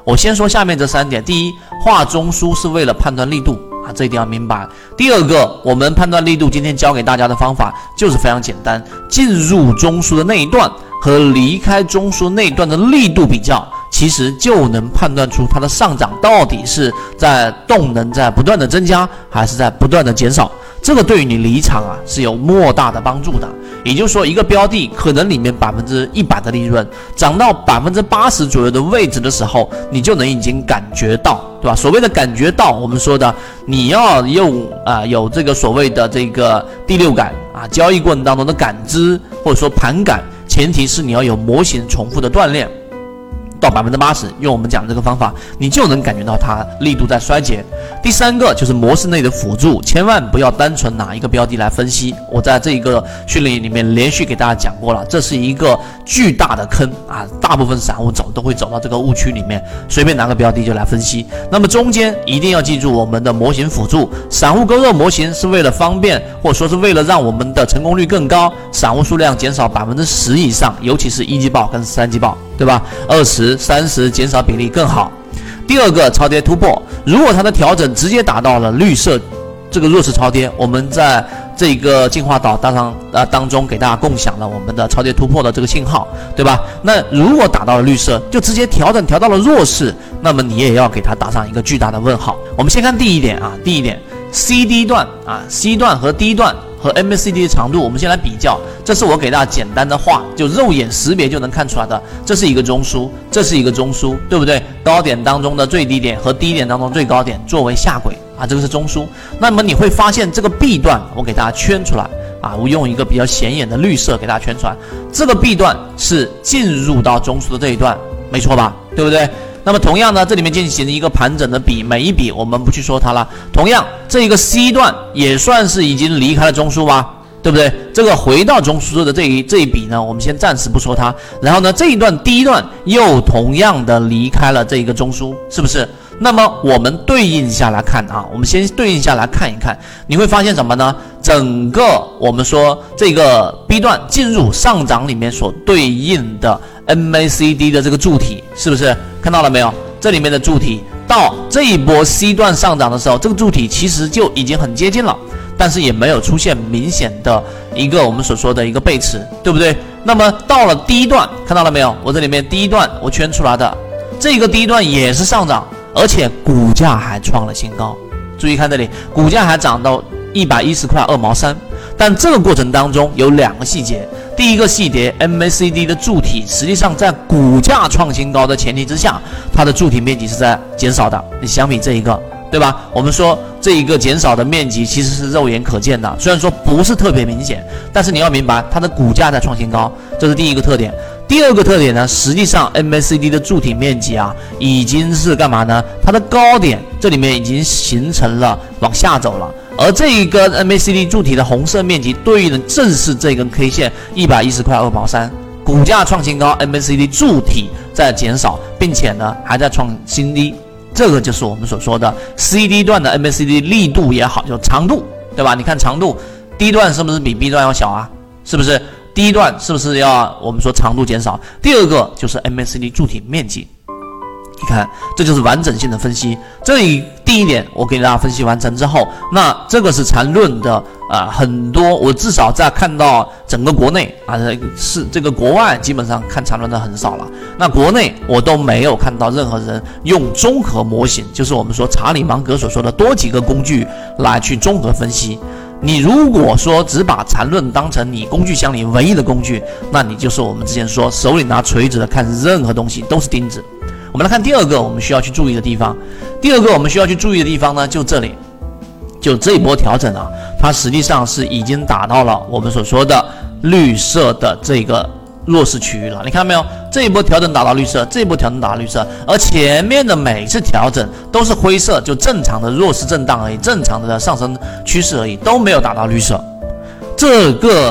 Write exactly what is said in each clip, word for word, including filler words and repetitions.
我先说下面这三点。第一，画中枢是为了判断力度啊，这一定要明白。第二个，我们判断力度，今天教给大家的方法就是非常简单，进入中枢的那一段和离开中枢那一段的力度比较，其实就能判断出它的上涨到底是在动能在不断的增加，还是在不断的减少。这个对于你离场啊是有莫大的帮助的。也就是说，一个标的可能里面百分之一百的利润涨到百分之八十左右的位置的时候，你就能已经感觉到，对吧？所谓的感觉到，我们说的你要用啊、呃、有这个所谓的这个第六感啊，交易过程当中的感知或者说盘感，前提是你要有模型重复的锻炼。到百分之八十，用我们讲这个方法，你就能感觉到它力度在衰竭。第三个就是模式内的辅助，千万不要单纯拿一个标的来分析。我在这一个训练里面连续给大家讲过了，这是一个巨大的坑啊！大部分散户走都会走到这个误区里面，随便拿个标的就来分析。那么中间一定要记住我们的模型辅助，散户勾勒模型是为了方便，或者说是为了让我们的成功率更高，散户数量减少百分之十以上，尤其是一季报跟三季报，对吧？二十、三十减少比例更好。第二个，超跌突破，如果它的调整直接达到了绿色这个弱势超跌，我们在这个进化岛当上呃当中给大家共享了我们的超跌突破的这个信号，对吧？那如果打到了绿色，就直接调整调到了弱势，那么你也要给它打上一个巨大的问号。我们先看第一点啊，第一点 C D 段啊 ，C 段和 D 段和 M A C D 的长度，我们先来比较。这是我给大家简单的画，就肉眼识别就能看出来的。这是一个中枢，这是一个中枢，对不对？高点当中的最低点和低点当中最高点作为下轨啊，这个是中枢。那么你会发现这个 B 段，我给大家圈出来啊，我用一个比较显眼的绿色给大家圈出来。这个 B 段是进入到中枢的这一段，没错吧？对不对？那么同样呢，这里面进行一个盘整的比，每一笔我们不去说它了。同样，这一个 C 段也算是已经离开了中枢吧，对不对？这个回到中枢的这一这一笔呢，我们先暂时不说它。然后呢，这一段第一段又同样的离开了这一个中枢，是不是？那么我们对应下来看啊，我们先对应下来看一看，你会发现什么呢？整个我们说这个 B 段进入上涨里面所对应的 M A C D 的这个柱体，是不是看到了没有？这里面的柱体到这一波 C 段上涨的时候，这个柱体其实就已经很接近了，但是也没有出现明显的一个我们所说的一个背驰，对不对？那么到了第一段，看到了没有？我这里面第一段我圈出来的这个第一段也是上涨，而且股价还创了新高。注意看这里，股价还涨到一百一十块二毛三。但这个过程当中有两个细节，第一个细节 M A C D 的柱体实际上在股价创新高的前提之下，它的柱体面积是在减少的。你相比这一个，对吧？我们说这一个减少的面积其实是肉眼可见的，虽然说不是特别明显，但是你要明白它的股价在创新高，这是第一个特点。第二个特点呢，实际上 M A C D 的柱体面积啊，已经是干嘛呢？它的高点这里面已经形成了往下走了，而这一根 M A C D 柱体的红色面积对应的正是这根 K 线一百一十块二毛三，股价创新高 ，M A C D 柱体在减少，并且呢还在创新低，这个就是我们所说的 C D 段的 M A C D 力度也好，就长度，对吧？你看长度，第一段是不是比 B 段要小啊？是不是？第一段是不是要我们说长度减少？第二个就是 M A C D 柱体面积。你看，这就是完整性的分析。这里第一点我给大家分析完成之后，那这个是缠论的啊、呃，很多我至少在看到整个国内啊，是这个国外基本上看缠论的很少了。那国内我都没有看到任何人用综合模型，就是我们说查理芒格所说的多几个工具来去综合分析。你如果说只把缠论当成你工具箱里唯一的工具，那你就是我们之前说手里拿锤子的看任何东西都是钉子。我们来看第二个我们需要去注意的地方，第二个我们需要去注意的地方呢，就这里，就这一波调整啊，它实际上是已经达到了我们所说的绿色的这个弱势区域了。你看到没有？这一波调整达到绿色，这一波调整达到绿色，而前面的每次调整都是灰色，就正常的弱势震荡而已，正常的上升趋势而已，都没有达到绿色。这个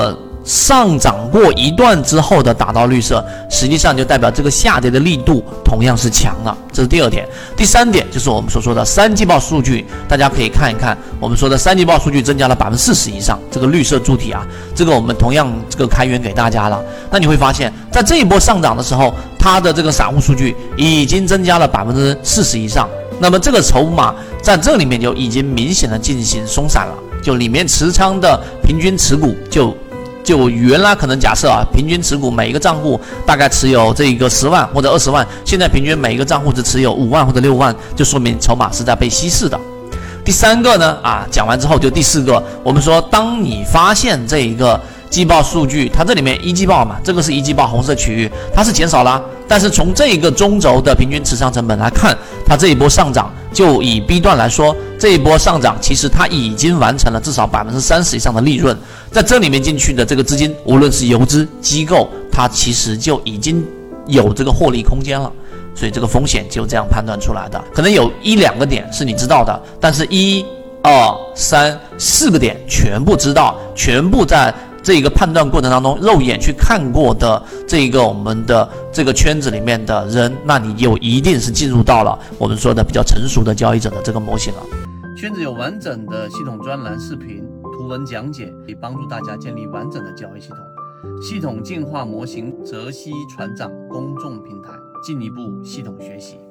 上涨过一段之后的达到绿色，实际上就代表这个下跌的力度同样是强的，这是第二点。第三点就是我们所说的三季报数据，大家可以看一看，我们说的三季报数据增加了百分之四十以上，这个绿色柱体啊，这个我们同样这个开源给大家了。那你会发现在这一波上涨的时候，它的这个散户数据已经增加了百分之四十以上，那么这个筹码在这里面就已经明显的进行松散了，就里面持仓的平均持股就就原来可能假设啊，平均持股每一个账户大概持有这个十万或者二十万，现在平均每一个账户只持有五万或者六万，就说明筹码是在被稀释的。第三个呢，啊，讲完之后就第四个，我们说当你发现这一个季报数据，它这里面一季报嘛，这个是一季报红色区域，它是减少了，但是从这个中轴的平均持仓成本来看，它这一波上涨，就以 B 段来说，这一波上涨其实它已经完成了至少百分之三十以上的利润，在这里面进去的这个资金，无论是游资机构，它其实就已经有这个获利空间了。所以这个风险就这样判断出来的，可能有一两个点是你知道的，但是一、二、三、四个点全部知道，全部在这个判断过程当中肉眼去看过的这个我们的这个圈子里面的人，那你就一定是进入到了我们说的比较成熟的交易者的这个模型了。 圈子有完整的系统专栏、视频、图文讲解，可以帮助大家建立完整的交易系统。系统进化模型泽西船长公众平台，进一步系统学习。